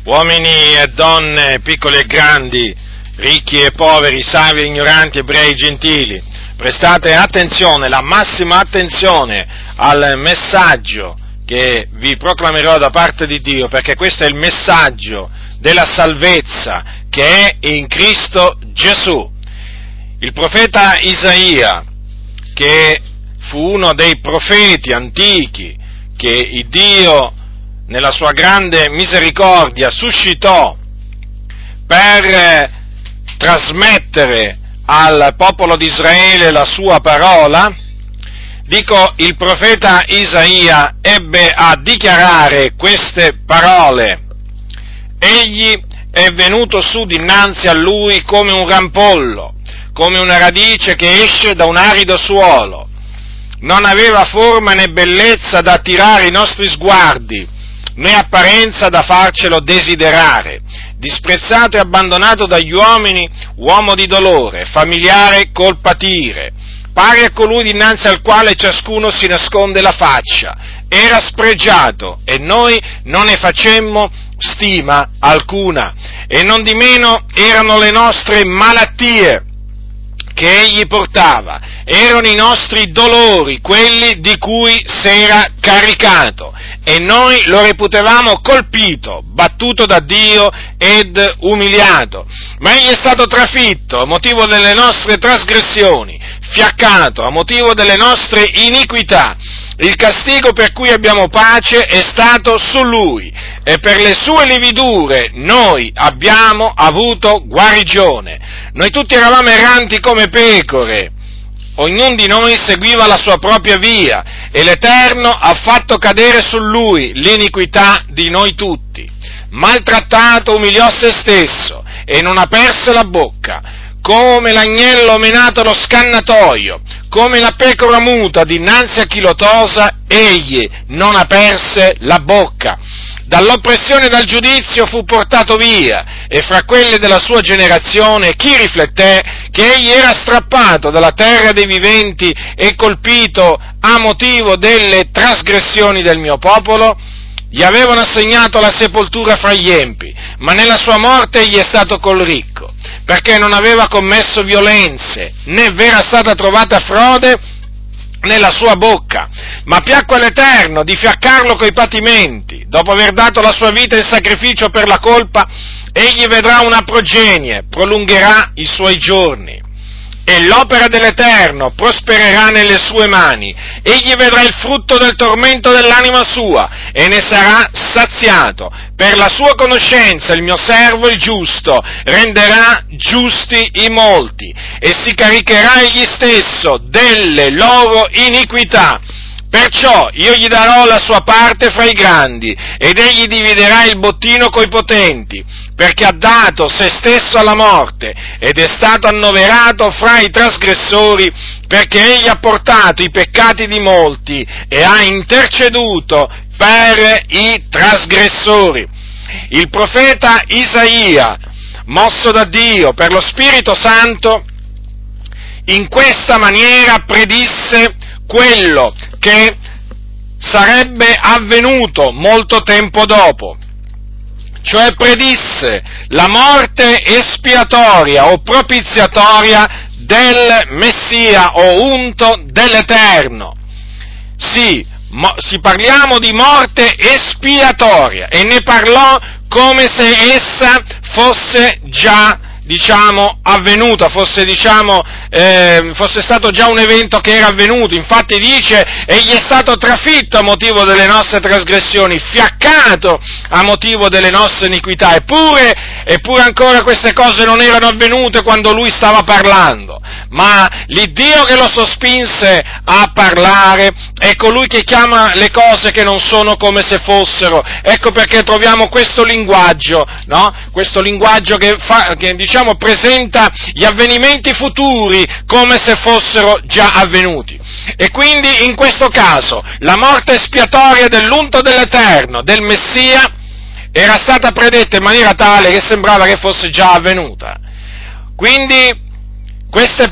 uomini e donne, piccoli e grandi, ricchi e poveri, savi e ignoranti, ebrei e gentili, prestate attenzione, la massima attenzione al messaggio che vi proclamerò da parte di Dio, perché questo è il messaggio della salvezza che è in Cristo Gesù. Il profeta Isaia, che fu uno dei profeti antichi che il Dio nella sua grande misericordia suscitò per trasmettere al popolo di Israele la sua parola, il profeta Isaia ebbe a dichiarare queste parole: egli è venuto su dinanzi a lui come un rampollo, come una radice che esce da un arido suolo. Non aveva forma né bellezza da attirare i nostri sguardi, né apparenza da farcelo desiderare. Disprezzato e abbandonato dagli uomini, uomo di dolore, familiare col patire, pari a colui dinanzi al quale ciascuno si nasconde la faccia. Era spregiato e noi non ne facemmo stima alcuna, e non di meno erano le nostre malattie che egli portava, erano i nostri dolori, quelli di cui s'era caricato, e noi lo reputavamo colpito, battuto da Dio ed umiliato. Ma egli è stato trafitto a motivo delle nostre trasgressioni, fiaccato a motivo delle nostre iniquità. Il castigo per cui abbiamo pace è stato su lui, e per le sue lividure noi abbiamo avuto guarigione. Noi tutti eravamo erranti come pecore, ognuno di noi seguiva la sua propria via, e l'Eterno ha fatto cadere su lui l'iniquità di noi tutti. Maltrattato umiliò se stesso e non aperse la bocca, come l'agnello menato allo scannatoio, come la pecora muta dinanzi a chi lo tosa, egli non aperse la bocca. Dall'oppressione e dal giudizio fu portato via, e fra quelle della sua generazione chi rifletté che egli era strappato dalla terra dei viventi e colpito a motivo delle trasgressioni del mio popolo? Gli avevano assegnato la sepoltura fra gli empi, ma nella sua morte egli è stato col ricco, perché non aveva commesso violenze, né v'era stata trovata frode nella sua bocca, ma piacque all'Eterno di fiaccarlo coi patimenti. Dopo aver dato la sua vita in sacrificio per la colpa, egli vedrà una progenie, prolungherà i suoi giorni, e l'opera dell'Eterno prospererà nelle sue mani. Egli vedrà il frutto del tormento dell'anima sua, e ne sarà saziato. Per la sua conoscenza il mio servo, il giusto, renderà giusti i molti, e si caricherà egli stesso delle loro iniquità. Perciò io gli darò la sua parte fra i grandi, ed egli dividerà il bottino coi potenti, perché ha dato se stesso alla morte, ed è stato annoverato fra i trasgressori, perché egli ha portato i peccati di molti, e ha interceduto per i trasgressori. Il profeta Isaia, mosso da Dio per lo Spirito Santo, in questa maniera predisse quello che sarebbe avvenuto molto tempo dopo, cioè predisse la morte espiatoria o propiziatoria del Messia o unto dell'Eterno. Sì, parliamo di morte espiatoria, e ne parlò come se essa fosse già avvenuta, fosse stato già un evento che era avvenuto. Infatti dice: egli è stato trafitto a motivo delle nostre trasgressioni, fiaccato a motivo delle nostre iniquità. Eppure ancora queste cose non erano avvenute quando lui stava parlando, ma l'Iddio che lo sospinse a parlare è colui che chiama le cose che non sono come se fossero. Ecco perché troviamo questo linguaggio, no? Questo linguaggio che presenta gli avvenimenti futuri come se fossero già avvenuti. E quindi in questo caso la morte espiatoria dell'unto dell'Eterno, del Messia, era stata predetta in maniera tale che sembrava che fosse già avvenuta. Quindi queste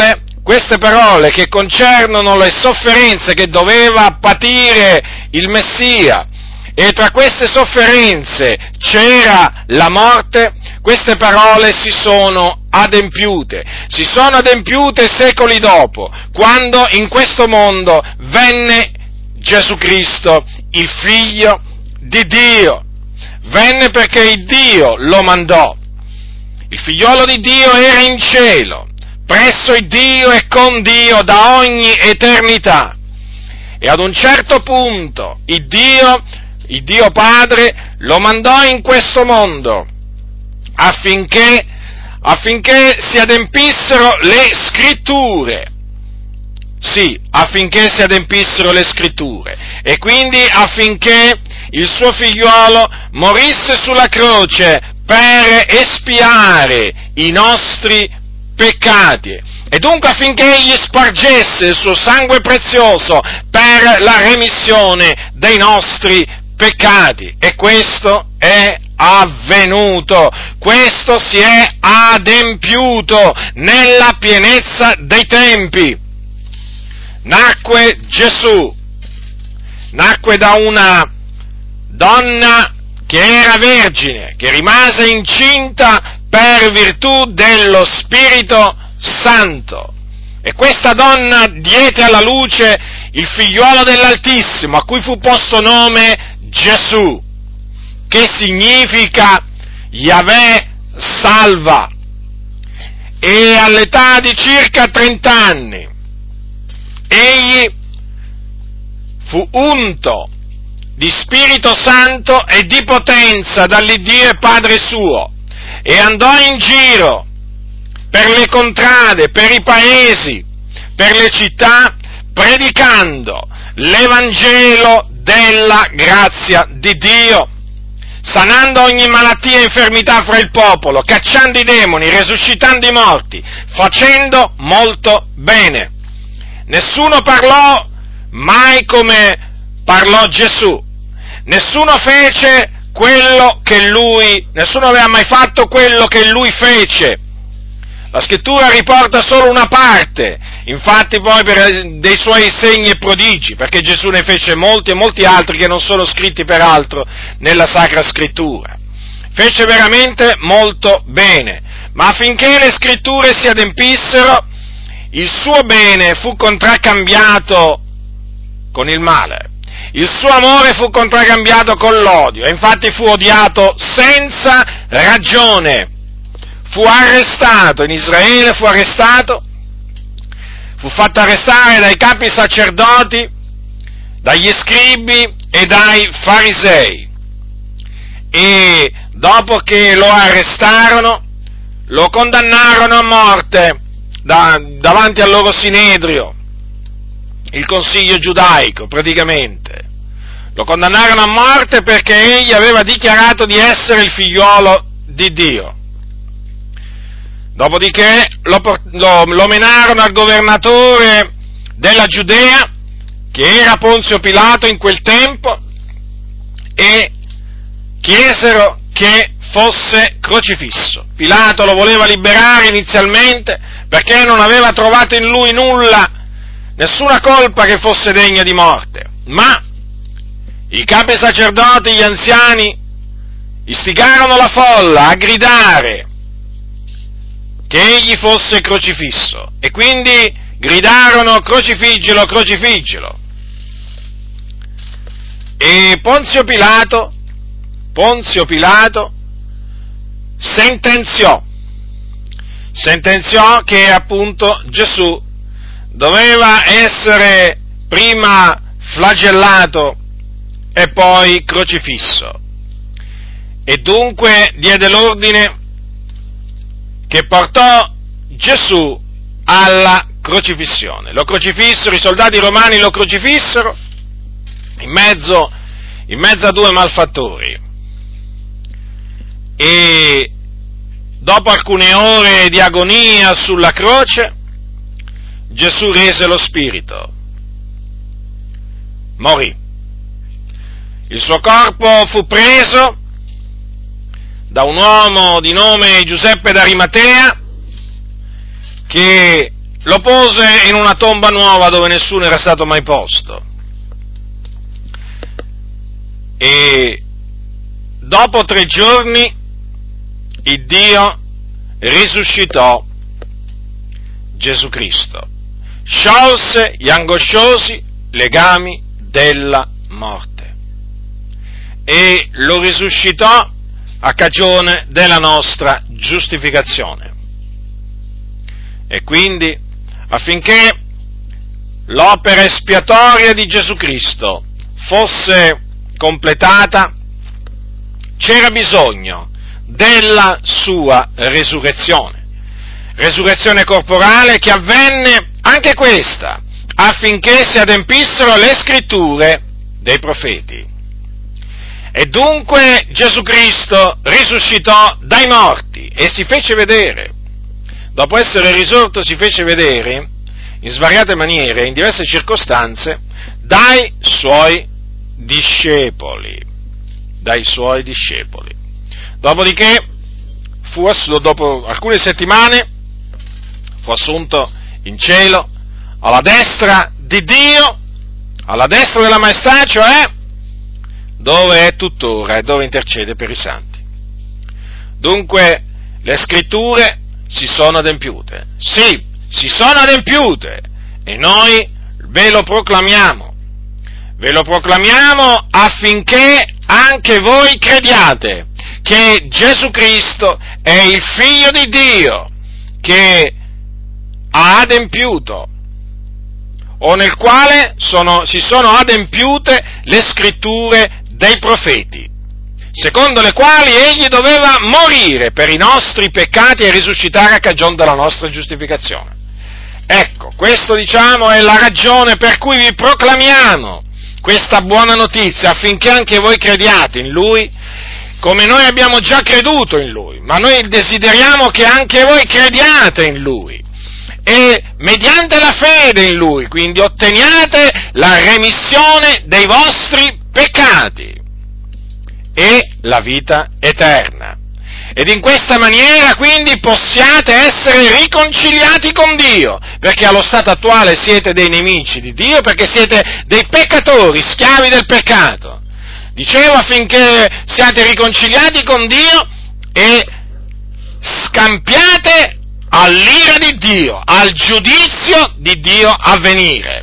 parole che concernono le sofferenze che doveva patire il Messia e tra queste sofferenze c'era la morte, queste parole si sono adempiute secoli dopo, quando in questo mondo venne Gesù Cristo, il Figlio di Dio. Venne perché il Dio lo mandò. Il figliolo di Dio era in cielo, presso il Dio e con Dio da ogni eternità. E ad un certo punto il Dio Padre lo mandò in questo mondo affinché si adempissero le Scritture. Sì, affinché si adempissero le Scritture. E quindi affinché il suo figliuolo morisse sulla croce per espiare i nostri peccati, e dunque affinché egli spargesse il suo sangue prezioso per la remissione dei nostri peccati. E questo è avvenuto, questo si è adempiuto nella pienezza dei tempi. Nacque Gesù, nacque da una donna che era vergine, che rimase incinta per virtù dello Spirito Santo. E questa donna diede alla luce il figliuolo dell'Altissimo, a cui fu posto nome Gesù, che significa Yahweh salva. E all'età di circa 30 anni egli fu unto di Spirito Santo e di potenza dall'Iddio e Padre suo, e andò in giro per le contrade, per i paesi, per le città, predicando l'Evangelo della grazia di Dio, sanando ogni malattia e infermità fra il popolo, cacciando i demoni, resuscitando i morti, facendo molto bene. Nessuno parlò mai come parlò Gesù. Nessuno aveva mai fatto quello che lui fece. La Scrittura riporta solo una parte, infatti poi dei suoi segni e prodigi, perché Gesù ne fece molti e molti altri che non sono scritti peraltro nella Sacra Scrittura. Fece veramente molto bene, ma affinché le Scritture si adempissero, il suo bene fu contraccambiato con il male. Il suo amore fu contraccambiato con l'odio, e infatti fu odiato senza ragione. Fu arrestato in Israele, fu fatto arrestare dai capi sacerdoti, dagli scribi e dai farisei. E dopo che lo arrestarono, lo condannarono a morte davanti al loro sinedrio, il consiglio giudaico praticamente. Lo condannarono a morte perché egli aveva dichiarato di essere il figliuolo di Dio. Dopodiché lo menarono al governatore della Giudea, che era Ponzio Pilato in quel tempo, e chiesero che fosse crocifisso. Pilato lo voleva liberare inizialmente perché non aveva trovato in lui nessuna colpa che fosse degna di morte, ma i capi sacerdoti, gli anziani, istigarono la folla a gridare che egli fosse crocifisso, e quindi gridarono: crocifiggilo, crocifiggilo. E Ponzio Pilato sentenziò che appunto Gesù doveva essere prima flagellato e poi crocifisso, e dunque diede l'ordine che portò Gesù alla crocifissione. Lo crocifissero, i soldati romani lo crocifissero in mezzo a due malfattori, e dopo alcune ore di agonia sulla croce Gesù rese lo spirito, morì. Il suo corpo fu preso da un uomo di nome Giuseppe d'Arimatea, che lo pose in una tomba nuova dove nessuno era stato mai posto. e dopo 3 giorni il Dio risuscitò Gesù Cristo, sciolse gli angosciosi legami della morte e lo risuscitò a cagione della nostra giustificazione. E quindi, affinché l'opera espiatoria di Gesù Cristo fosse completata, c'era bisogno della sua resurrezione corporale, che avvenne anche questa, affinché si adempissero le scritture dei profeti. E dunque Gesù Cristo risuscitò dai morti e si fece vedere. Dopo essere risorto si fece vedere in svariate maniere, in diverse circostanze, dai suoi discepoli. Dopodiché, dopo alcune settimane, fu assunto in cielo alla destra di Dio, alla destra della maestà, cioè dove è tuttora e dove intercede per i santi. Dunque, le scritture si sono adempiute. Sì, si sono adempiute e noi ve lo proclamiamo affinché anche voi crediate che Gesù Cristo è il Figlio di Dio, che ha adempiuto, o nel quale si sono adempiute le scritture dei profeti, secondo le quali egli doveva morire per i nostri peccati e risuscitare a cagione della nostra giustificazione. Ecco, questo è la ragione per cui vi proclamiamo questa buona notizia, affinché anche voi crediate in Lui, come noi abbiamo già creduto in Lui, ma noi desideriamo che anche voi crediate in Lui, e mediante la fede in Lui, quindi otteniate la remissione dei vostri peccati e la vita eterna. Ed in questa maniera quindi possiate essere riconciliati con Dio, perché allo stato attuale siete dei nemici di Dio, perché siete dei peccatori, schiavi del peccato. Dicevo, affinché siate riconciliati con Dio e scampiate all'ira di Dio, al giudizio di Dio a venire.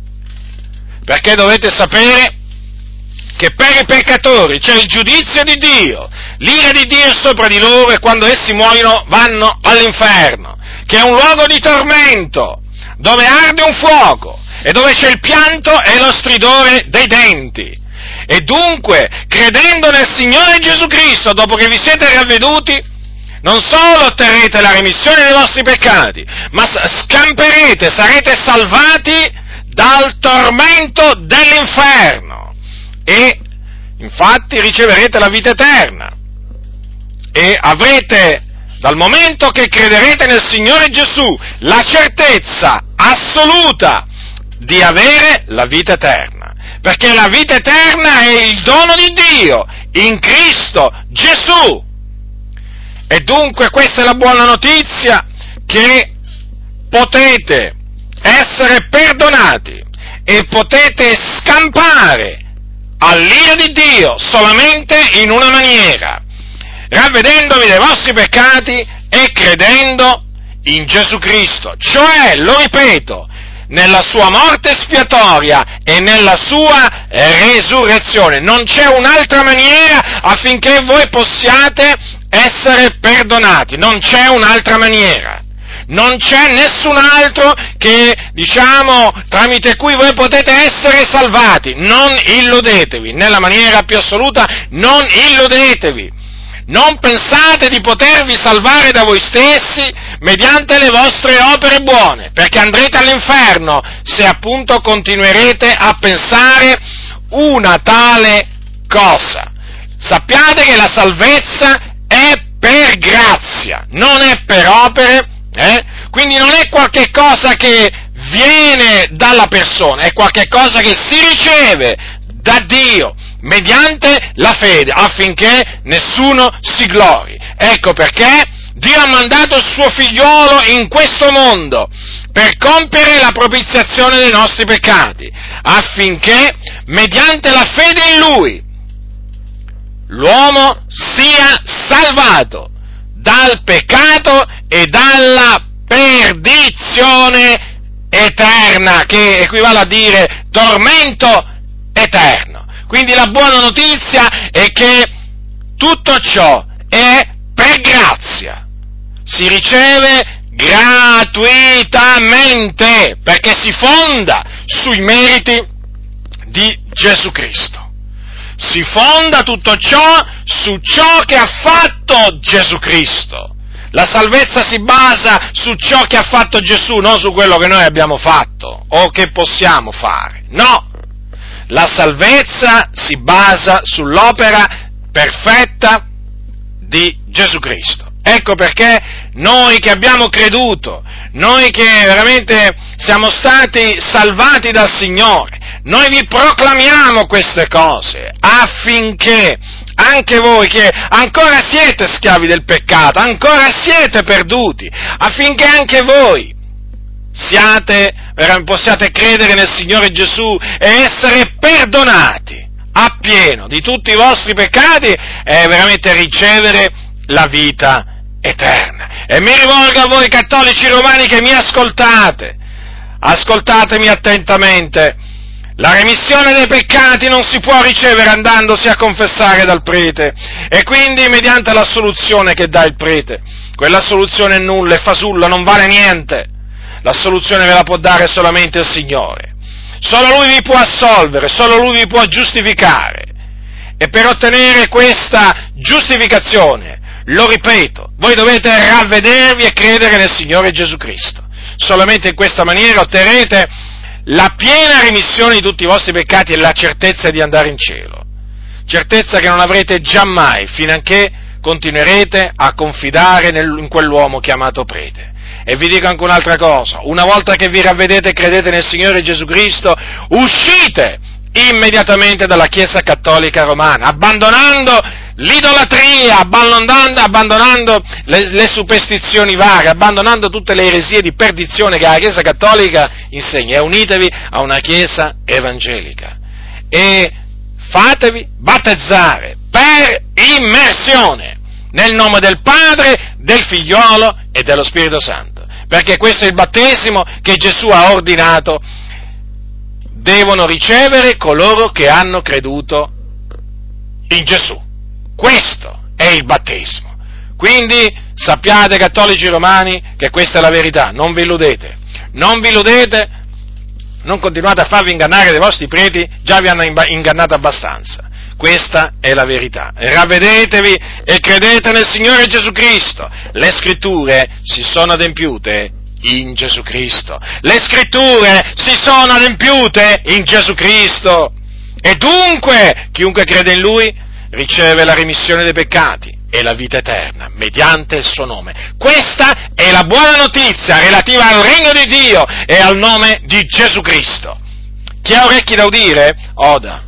Perché dovete sapere che per i peccatori c'è il giudizio di Dio, l'ira di Dio è sopra di loro e quando essi muoiono vanno all'inferno, che è un luogo di tormento, dove arde un fuoco e dove c'è il pianto e lo stridore dei denti. E dunque, credendo nel Signore Gesù Cristo, dopo che vi siete ravveduti, non solo otterrete la remissione dei vostri peccati, ma scamperete, sarete salvati dal tormento dell'inferno e infatti riceverete la vita eterna e avrete, dal momento che crederete nel Signore Gesù, la certezza assoluta di avere la vita eterna, perché la vita eterna è il dono di Dio in Cristo Gesù. E dunque questa è la buona notizia, che potete essere perdonati e potete scampare all'ira di Dio solamente in una maniera, ravvedendovi dei vostri peccati e credendo in Gesù Cristo, cioè, lo ripeto, nella sua morte espiatoria e nella sua resurrezione. Non c'è un'altra maniera affinché voi possiate essere perdonati, non c'è un'altra maniera. Non c'è nessun altro che, tramite cui voi potete essere salvati. Non illudetevi, nella maniera più assoluta, non illudetevi. Non pensate di potervi salvare da voi stessi mediante le vostre opere buone, perché andrete all'inferno se appunto continuerete a pensare una tale cosa. Sappiate che la salvezza è per grazia, non è per opere, quindi non è qualche cosa che viene dalla persona, è qualche cosa che si riceve da Dio mediante la fede, affinché nessuno si glori. Ecco perché Dio ha mandato il suo figliolo in questo mondo per compiere la propiziazione dei nostri peccati, affinché mediante la fede in Lui l'uomo sia salvato dal peccato e dalla perdizione eterna, che equivale a dire tormento eterno. Quindi la buona notizia è che tutto ciò è per grazia, si riceve gratuitamente, perché si fonda sui meriti di Gesù Cristo. Si fonda tutto ciò su ciò che ha fatto Gesù Cristo. La salvezza si basa su ciò che ha fatto Gesù, non su quello che noi abbiamo fatto o che possiamo fare. No! La salvezza si basa sull'opera perfetta di Gesù Cristo. Ecco perché noi che abbiamo creduto, noi che veramente siamo stati salvati dal Signore, noi vi proclamiamo queste cose affinché anche voi che ancora siete schiavi del peccato, ancora siete perduti, affinché anche voi possiate credere nel Signore Gesù e essere perdonati appieno di tutti i vostri peccati e veramente ricevere la vita eterna. E mi rivolgo a voi cattolici romani che mi ascoltate, ascoltatemi attentamente. La remissione dei peccati non si può ricevere andandosi a confessare dal prete, e quindi mediante l'assoluzione che dà il prete. Quell'assoluzione è nulla, è fasulla, non vale niente. L'assoluzione ve la può dare solamente il Signore. Solo Lui vi può assolvere, solo Lui vi può giustificare. E per ottenere questa giustificazione, lo ripeto, voi dovete ravvedervi e credere nel Signore Gesù Cristo. Solamente in questa maniera otterrete la piena remissione di tutti i vostri peccati e la certezza di andare in cielo. Certezza che non avrete giammai, finanché continuerete a confidare in quell'uomo chiamato prete. E vi dico anche un'altra cosa: una volta che vi ravvedete e credete nel Signore Gesù Cristo, uscite immediatamente dalla Chiesa Cattolica Romana, abbandonando l'idolatria, abbandonando le superstizioni varie, abbandonando tutte le eresie di perdizione che la Chiesa Cattolica insegna, e unitevi a una Chiesa evangelica e fatevi battezzare per immersione nel nome del Padre, del Figliolo e dello Spirito Santo, perché questo è il battesimo che Gesù ha ordinato devono ricevere coloro che hanno creduto in Gesù. Questo è il battesimo. Quindi sappiate, cattolici romani, che questa è la verità. Non vi illudete, non continuate a farvi ingannare dai vostri preti, già vi hanno ingannato abbastanza. Questa è la verità. Ravvedetevi e credete nel Signore Gesù Cristo. Le Scritture si sono adempiute in Gesù Cristo. Le Scritture si sono adempiute in Gesù Cristo. E dunque, chiunque crede in Lui riceve la remissione dei peccati e la vita eterna, mediante il suo nome. Questa è la buona notizia relativa al regno di Dio e al nome di Gesù Cristo. Chi ha orecchi da udire, oda.